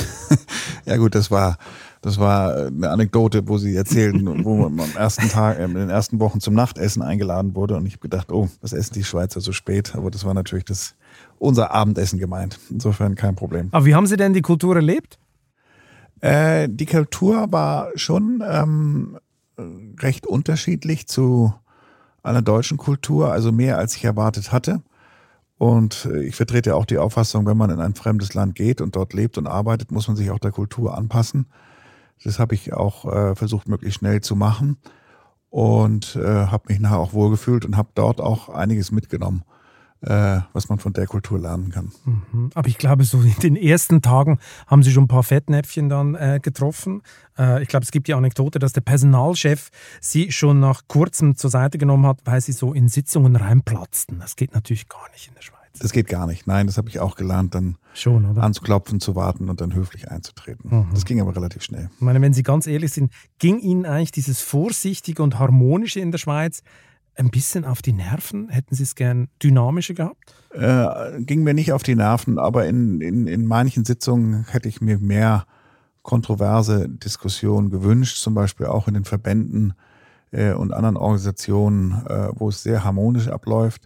Ja gut, das war eine Anekdote, wo Sie erzählen, wo man am ersten Tag, in den ersten Wochen zum Nachtessen eingeladen wurde. Und ich habe gedacht, oh, was essen die Schweizer so spät? Aber das war natürlich unser Abendessen gemeint. Insofern kein Problem. Aber wie haben Sie denn die Kultur erlebt? Die Kultur war schon recht unterschiedlich zu einer deutschen Kultur, also mehr als ich erwartet hatte. Und ich vertrete ja auch die Auffassung, wenn man in ein fremdes Land geht und dort lebt und arbeitet, muss man sich auch der Kultur anpassen. Das habe ich auch versucht, möglichst schnell zu machen und habe mich nachher auch wohlgefühlt und habe dort auch einiges mitgenommen, was man von der Kultur lernen kann. Aber ich glaube, so in den ersten Tagen haben Sie schon ein paar Fettnäpfchen dann getroffen. Ich glaube, es gibt die Anekdote, dass der Personalchef Sie schon nach kurzem zur Seite genommen hat, weil Sie so in Sitzungen reinplatzten. Das geht natürlich gar nicht in der Schweiz. Das geht gar nicht. Nein, das habe ich auch gelernt, dann schon, oder? Anzuklopfen, zu warten und dann höflich einzutreten. Das ging aber relativ schnell. Ich meine, wenn Sie ganz ehrlich sind, ging Ihnen eigentlich dieses Vorsichtige und Harmonische in der Schweiz ein bisschen auf die Nerven? Hätten Sie es gern dynamischer gehabt? Ging mir nicht auf die Nerven, aber in manchen Sitzungen hätte ich mir mehr kontroverse Diskussionen gewünscht, zum Beispiel auch in den Verbänden und anderen Organisationen, wo es sehr harmonisch abläuft.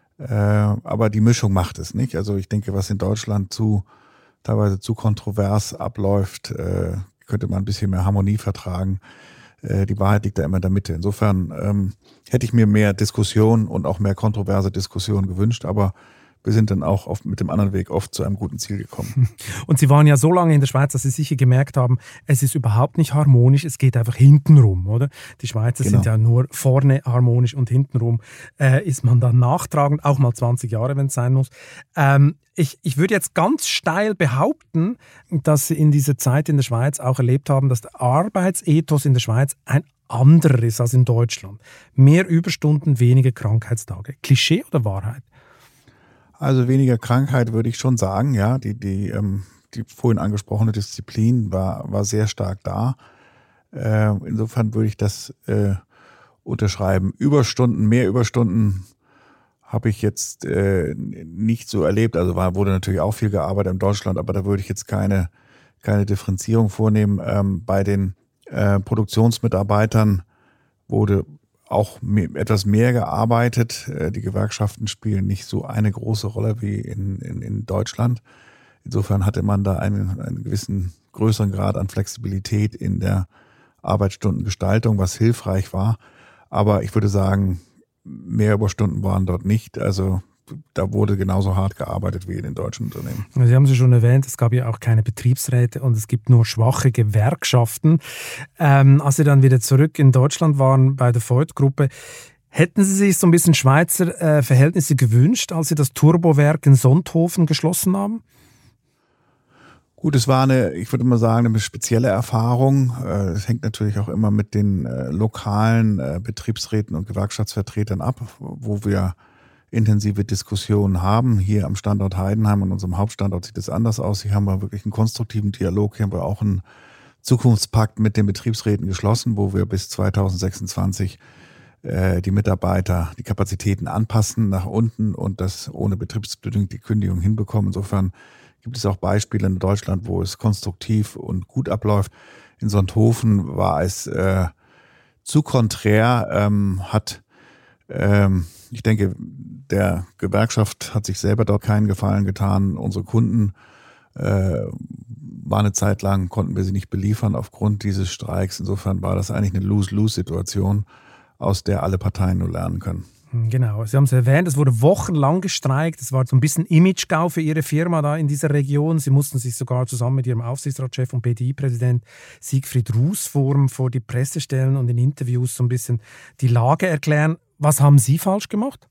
Aber die Mischung macht es nicht. Also ich denke, was in Deutschland teilweise zu kontrovers abläuft, könnte man ein bisschen mehr Harmonie vertragen. Die Wahrheit liegt da immer in der Mitte. Insofern hätte ich mir mehr Diskussion und auch mehr kontroverse Diskussionen gewünscht, aber wir sind dann auch oft mit dem anderen Weg oft zu einem guten Ziel gekommen. Und Sie waren ja so lange in der Schweiz, dass Sie sicher gemerkt haben, es ist überhaupt nicht harmonisch, es geht einfach hintenrum, oder? Die Schweizer sind ja nur vorne harmonisch und hintenrum ist man dann nachtragend, auch mal 20 Jahre, wenn es sein muss. Ich würde jetzt ganz steil behaupten, dass Sie in dieser Zeit in der Schweiz auch erlebt haben, dass der Arbeitsethos in der Schweiz ein anderer ist als in Deutschland. Mehr Überstunden, weniger Krankheitstage. Klischee oder Wahrheit? Also weniger Krankheit würde ich schon sagen, ja. Die vorhin angesprochene Disziplin war sehr stark da. Insofern würde ich das unterschreiben. Mehr Überstunden habe ich jetzt nicht so erlebt. Also wurde natürlich auch viel gearbeitet in Deutschland, aber da würde ich jetzt keine Differenzierung vornehmen. Bei den Produktionsmitarbeitern wurde auch etwas mehr gearbeitet. Die Gewerkschaften spielen nicht so eine große Rolle wie in Deutschland. Insofern hatte man da einen gewissen größeren Grad an Flexibilität in der Arbeitsstundengestaltung, was hilfreich war. Aber ich würde sagen, mehr Überstunden waren dort nicht. Also da wurde genauso hart gearbeitet wie in den deutschen Unternehmen. Sie haben es schon erwähnt, es gab ja auch keine Betriebsräte und es gibt nur schwache Gewerkschaften. Als Sie dann wieder zurück in Deutschland waren bei der Voith-Gruppe, hätten Sie sich so ein bisschen Schweizer Verhältnisse gewünscht, als Sie das Turbowerk in Sonthofen geschlossen haben? Gut, es war ich würde mal sagen, eine spezielle Erfahrung. Es hängt natürlich auch immer mit den lokalen Betriebsräten und Gewerkschaftsvertretern ab, wo wir intensive Diskussionen haben. Hier am Standort Heidenheim und unserem Hauptstandort sieht es anders aus. Hier haben wir wirklich einen konstruktiven Dialog. Hier haben wir auch einen Zukunftspakt mit den Betriebsräten geschlossen, wo wir bis 2026 die Mitarbeiter, die Kapazitäten anpassen nach unten und das ohne betriebsbedingt die Kündigung hinbekommen. Insofern gibt es auch Beispiele in Deutschland, wo es konstruktiv und gut abläuft. In Sonthofen war es zu konträr, ich denke, der Gewerkschaft hat sich selber dort keinen Gefallen getan. Unsere Kunden war eine Zeit lang, konnten wir sie nicht beliefern aufgrund dieses Streiks. Insofern war das eigentlich eine Lose-Lose-Situation, aus der alle Parteien nur lernen können. Genau, Sie haben es erwähnt, es wurde wochenlang gestreikt. Es war so ein bisschen Image-Gau für Ihre Firma da in dieser Region. Sie mussten sich sogar zusammen mit Ihrem Aufsichtsratschef und BDI-Präsident Siegfried Rußwurm vor die Presse stellen und in Interviews so ein bisschen die Lage erklären. Was haben Sie falsch gemacht?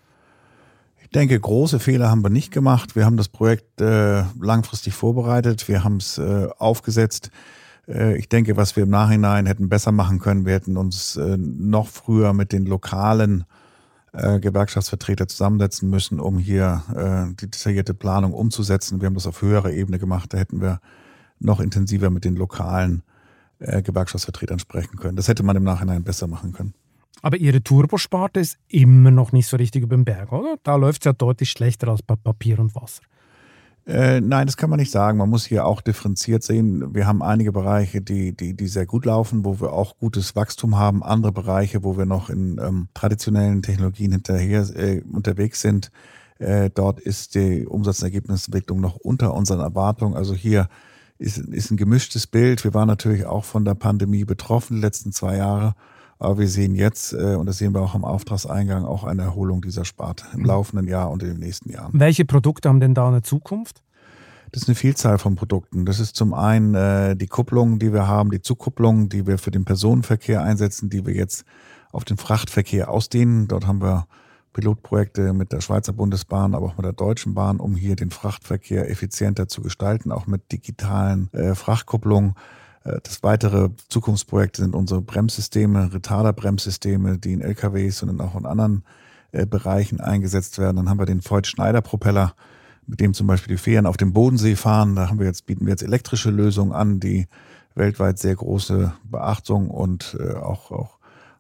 Ich denke, große Fehler haben wir nicht gemacht. Wir haben das Projekt langfristig vorbereitet. Wir haben es aufgesetzt. Ich denke, was wir im Nachhinein hätten besser machen können, wir hätten uns noch früher mit den lokalen Gewerkschaftsvertreter zusammensetzen müssen, um hier die detaillierte Planung umzusetzen. Wir haben das auf höherer Ebene gemacht. Da hätten wir noch intensiver mit den lokalen Gewerkschaftsvertretern sprechen können. Das hätte man im Nachhinein besser machen können. Aber Ihre Turbosparte ist immer noch nicht so richtig über den Berg, oder? Da läuft es ja deutlich schlechter als bei Papier und Wasser. Nein, das kann man nicht sagen. Man muss hier auch differenziert sehen. Wir haben einige Bereiche, die sehr gut laufen, wo wir auch gutes Wachstum haben. Andere Bereiche, wo wir noch in traditionellen Technologien unterwegs sind. Dort ist die Umsatz- und Ergebnisentwicklung noch unter unseren Erwartungen. Also hier ist ein gemischtes Bild. Wir waren natürlich auch von der Pandemie betroffen die letzten 2 Jahre. Aber wir sehen jetzt, und das sehen wir auch am Auftragseingang, auch eine Erholung dieser Sparte im laufenden Jahr und in den nächsten Jahren. Welche Produkte haben denn da eine Zukunft? Das ist eine Vielzahl von Produkten. Das ist zum einen die Kupplung, die wir haben, die Zugkupplung, die wir für den Personenverkehr einsetzen, die wir jetzt auf den Frachtverkehr ausdehnen. Dort haben wir Pilotprojekte mit der Schweizer Bundesbahn, aber auch mit der Deutschen Bahn, um hier den Frachtverkehr effizienter zu gestalten, auch mit digitalen Frachtkupplungen. Das weitere Zukunftsprojekt sind unsere Bremssysteme, Retarder-Bremssysteme, die in LKWs und auch in anderen Bereichen eingesetzt werden. Dann haben wir den Voith-Schneider-Propeller, mit dem zum Beispiel die Fähren auf dem Bodensee fahren. Da bieten wir jetzt elektrische Lösungen an, die weltweit sehr große Beachtung und auch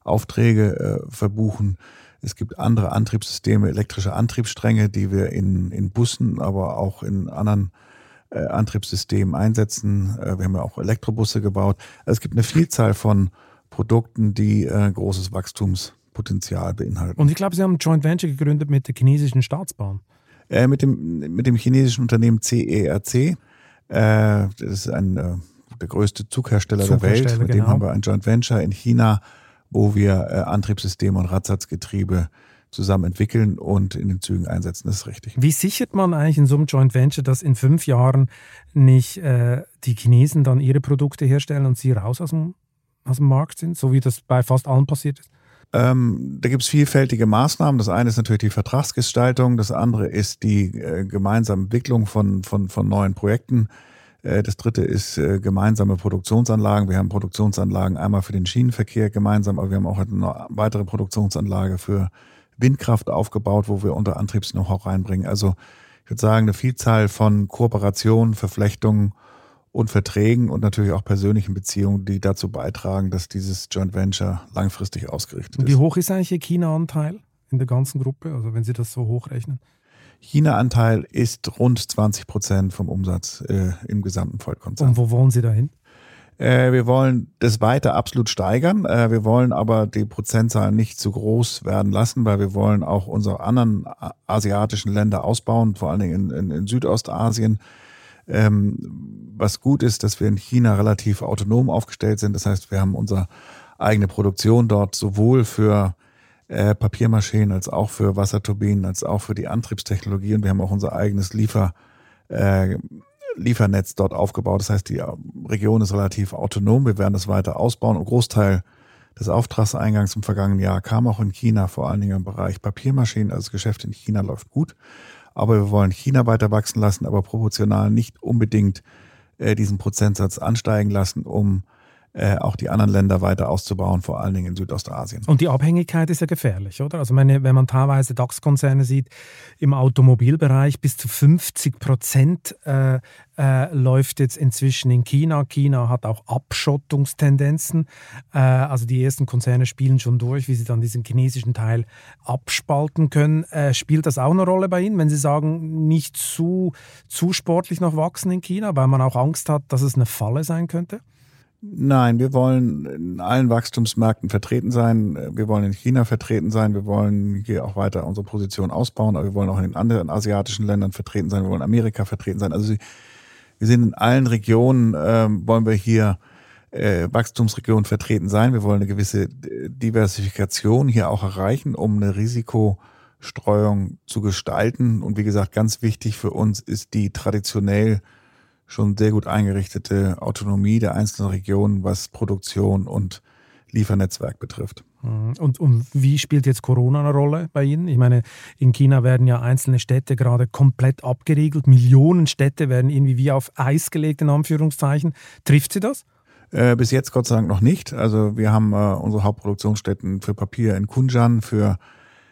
Aufträge verbuchen. Es gibt andere Antriebssysteme, elektrische Antriebsstränge, die wir in Bussen, aber auch in anderen Antriebssystemen einsetzen. Wir haben ja auch Elektrobusse gebaut. Also es gibt eine Vielzahl von Produkten, die großes Wachstumspotenzial beinhalten. Und ich glaube, Sie haben ein Joint Venture gegründet mit der chinesischen Staatsbahn. Mit dem chinesischen Unternehmen CERC. Das ist der größte Zughersteller der Welt. Mit dem haben wir ein Joint Venture in China, wo wir Antriebssysteme und Radsatzgetriebe zusammen entwickeln und in den Zügen einsetzen. Das ist richtig. Wie sichert man eigentlich in so einem Joint Venture, dass in 5 Jahren nicht die Chinesen dann ihre Produkte herstellen und sie raus aus dem Markt sind, so wie das bei fast allen passiert ist? Da gibt es vielfältige Maßnahmen. Das eine ist natürlich die Vertragsgestaltung, das andere ist die gemeinsame Entwicklung von neuen Projekten. Das dritte ist gemeinsame Produktionsanlagen. Wir haben Produktionsanlagen einmal für den Schienenverkehr gemeinsam, aber wir haben auch eine weitere Produktionsanlage für Windkraft aufgebaut, wo wir unter Antriebs-Know-how reinbringen. Also ich würde sagen, eine Vielzahl von Kooperationen, Verflechtungen und Verträgen und natürlich auch persönlichen Beziehungen, die dazu beitragen, dass dieses Joint Venture langfristig ausgerichtet ist. Wie hoch ist eigentlich Ihr China-Anteil in der ganzen Gruppe, also wenn Sie das so hochrechnen? China-Anteil ist rund 20% vom Umsatz im gesamten Vollkonzern. Und wo wollen Sie dahin? Wir wollen das weiter absolut steigern. Wir wollen aber die Prozentzahl nicht zu groß werden lassen, weil wir wollen auch unsere anderen asiatischen Länder ausbauen, vor allen Dingen in Südostasien. Was gut ist, dass wir in China relativ autonom aufgestellt sind. Das heißt, wir haben unsere eigene Produktion dort sowohl für Papiermaschinen als auch für Wasserturbinen, als auch für die Antriebstechnologie. Und wir haben auch unser eigenes Liefernetz dort aufgebaut. Das heißt, die Region ist relativ autonom. Wir werden das weiter ausbauen. Ein Großteil des Auftragseingangs im vergangenen Jahr kam auch in China, vor allen Dingen im Bereich Papiermaschinen. Also das Geschäft in China läuft gut. Aber wir wollen China weiter wachsen lassen, aber proportional nicht unbedingt diesen Prozentsatz ansteigen lassen, um auch die anderen Länder weiter auszubauen, vor allen Dingen in Südostasien. Und die Abhängigkeit ist ja gefährlich, oder? Also wenn man teilweise DAX-Konzerne sieht, im Automobilbereich bis zu 50% läuft jetzt inzwischen in China. China hat auch Abschottungstendenzen. Also die ersten Konzerne spielen schon durch, wie sie dann diesen chinesischen Teil abspalten können. Spielt das auch eine Rolle bei Ihnen, wenn Sie sagen, nicht zu sportlich noch wachsen in China, weil man auch Angst hat, dass es eine Falle sein könnte? Nein, wir wollen in allen Wachstumsmärkten vertreten sein. Wir wollen in China vertreten sein. Wir wollen hier auch weiter unsere Position ausbauen, aber wir wollen auch in den anderen asiatischen Ländern vertreten sein. Wir wollen in Amerika vertreten sein. Also wir sind in allen Regionen, wollen wir hier Wachstumsregionen vertreten sein. Wir wollen eine gewisse Diversifikation hier auch erreichen, um eine Risikostreuung zu gestalten. Und wie gesagt, ganz wichtig für uns ist die traditionell schon sehr gut eingerichtete Autonomie der einzelnen Regionen, was Produktion und Liefernetzwerk betrifft. Und wie spielt jetzt Corona eine Rolle bei Ihnen? Ich meine, in China werden ja einzelne Städte gerade komplett abgeriegelt. Millionen Städte werden irgendwie wie auf Eis gelegt, in Anführungszeichen. Trifft Sie das? Bis jetzt Gott sei Dank noch nicht. Also wir haben unsere Hauptproduktionsstätten für Papier in Kunjan, für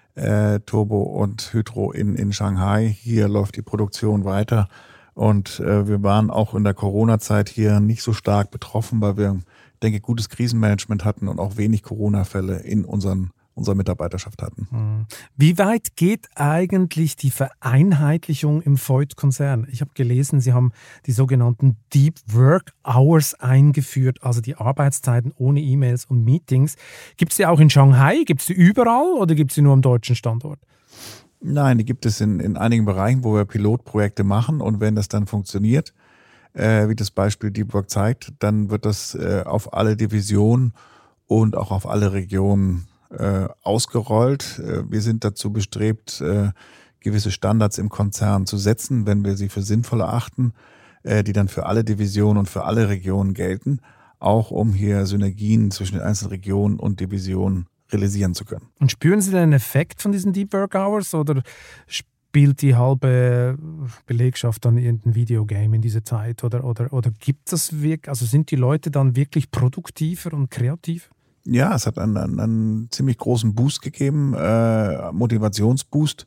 Turbo und Hydro in Shanghai. Hier läuft die Produktion weiter. Und wir waren auch in der Corona-Zeit hier nicht so stark betroffen, weil wir, denke ich, gutes Krisenmanagement hatten und auch wenig Corona-Fälle in unserer Mitarbeiterschaft hatten. Wie weit geht eigentlich die Vereinheitlichung im Voith-Konzern? Ich habe gelesen, Sie haben die sogenannten Deep Work Hours eingeführt, also die Arbeitszeiten ohne E-Mails und Meetings. Gibt es die auch in Shanghai? Gibt es die überall oder gibt es die nur am deutschen Standort? Nein, die gibt es in einigen Bereichen, wo wir Pilotprojekte machen, und wenn das dann funktioniert, wie das Beispiel Deep Work zeigt, dann wird das auf alle Divisionen und auch auf alle Regionen ausgerollt. Wir sind dazu bestrebt, gewisse Standards im Konzern zu setzen, wenn wir sie für sinnvoll erachten, die dann für alle Divisionen und für alle Regionen gelten, auch um hier Synergien zwischen den einzelnen Regionen und Divisionen realisieren zu können. Und spüren Sie den Effekt von diesen Deep Work Hours oder spielt die halbe Belegschaft dann irgendein Videogame in dieser Zeit oder gibt das wirklich, also sind die Leute dann wirklich produktiver und kreativer? Ja, es hat einen ziemlich großen Boost gegeben, Motivationsboost,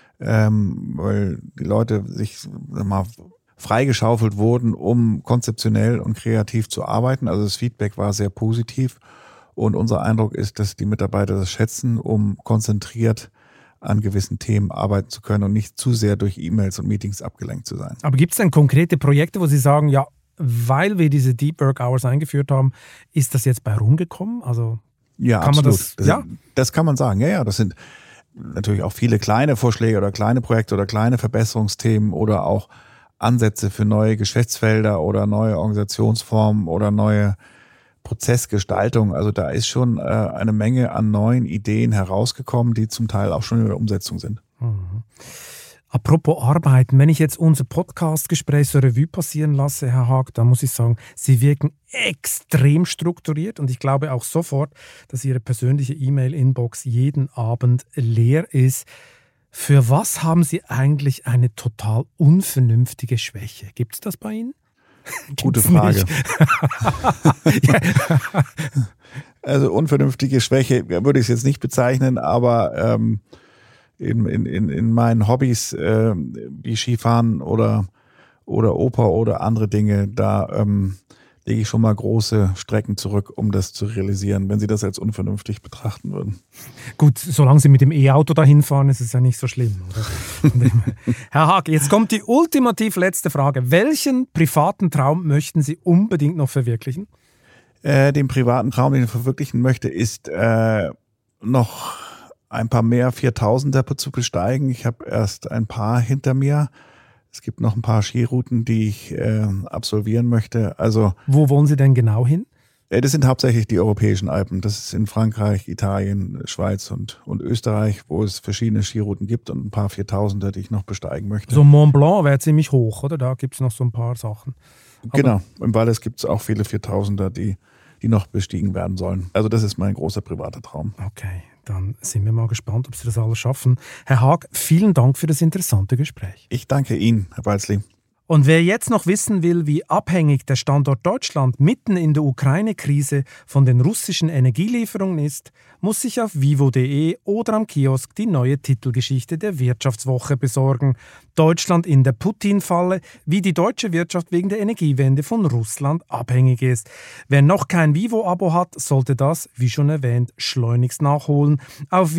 weil die Leute sich freigeschaufelt wurden, um konzeptionell und kreativ zu arbeiten. Also das Feedback war sehr positiv. Und unser Eindruck ist, dass die Mitarbeiter das schätzen, um konzentriert an gewissen Themen arbeiten zu können und nicht zu sehr durch E-Mails und Meetings abgelenkt zu sein. Aber gibt es denn konkrete Projekte, wo Sie sagen, ja, weil wir diese Deep Work Hours eingeführt haben, ist das jetzt bei rumgekommen? Also ja, kann absolut. Man das kann man sagen. Ja, das sind natürlich auch viele kleine Vorschläge oder kleine Projekte oder kleine Verbesserungsthemen oder auch Ansätze für neue Geschäftsfelder oder neue Organisationsformen oder neue Prozessgestaltung. Also da ist schon eine Menge an neuen Ideen herausgekommen, die zum Teil auch schon in der Umsetzung sind. Mhm. Apropos Arbeiten, wenn ich jetzt unser Podcast-Gespräch so Revue passieren lasse, Herr Haag, dann muss ich sagen, Sie wirken extrem strukturiert und ich glaube auch sofort, dass Ihre persönliche E-Mail-Inbox jeden Abend leer ist. Für was haben Sie eigentlich eine total unvernünftige Schwäche? Gibt es das bei Ihnen? Gute Frage. Also unvernünftige Schwäche würde ich es jetzt nicht bezeichnen, aber in meinen Hobbys wie Skifahren oder Oper oder andere Dinge, da lege ich schon mal große Strecken zurück, um das zu realisieren, wenn Sie das als unvernünftig betrachten würden. Gut, solange Sie mit dem E-Auto dahin fahren, ist es ja nicht so schlimm, oder? Herr Haag, jetzt kommt die ultimativ letzte Frage. Welchen privaten Traum möchten Sie unbedingt noch verwirklichen? Den privaten Traum, den ich verwirklichen möchte, ist noch ein paar mehr 4000er zu besteigen. Ich habe erst ein paar hinter mir. Es gibt noch ein paar Skirouten, die ich absolvieren möchte. Also, wo wollen Sie denn genau hin? Das sind hauptsächlich die europäischen Alpen. Das ist in Frankreich, Italien, Schweiz und Österreich, wo es verschiedene Skirouten gibt und ein paar 4000er, die ich noch besteigen möchte. So Mont Blanc wäre ziemlich hoch, oder? Da gibt es noch so ein paar Sachen. Aber genau, im Wallis gibt es auch viele 4000er, die noch bestiegen werden sollen. Also das ist mein großer privater Traum. Okay, dann sind wir mal gespannt, ob Sie das alles schaffen. Herr Haag, vielen Dank für das interessante Gespräch. Ich danke Ihnen, Herr Balzli. Und wer jetzt noch wissen will, wie abhängig der Standort Deutschland mitten in der Ukraine-Krise von den russischen Energielieferungen ist, muss sich auf vivo.de oder am Kiosk die neue Titelgeschichte der Wirtschaftswoche besorgen. Deutschland in der Putin-Falle, wie die deutsche Wirtschaft wegen der Energiewende von Russland abhängig ist. Wer noch kein Vivo-Abo hat, sollte das, wie schon erwähnt, schleunigst nachholen auf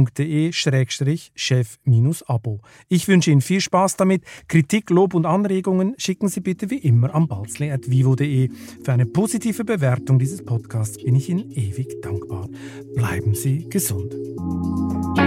vivo.de/chef-abo. Ich wünsche Ihnen viel Spaß damit. Kritik, Lob und Anregungen schicken Sie bitte wie immer an balzli@vivo.de. Für eine positive Bewertung dieses Podcasts bin ich Ihnen ewig dankbar. Bleiben Sie gesund.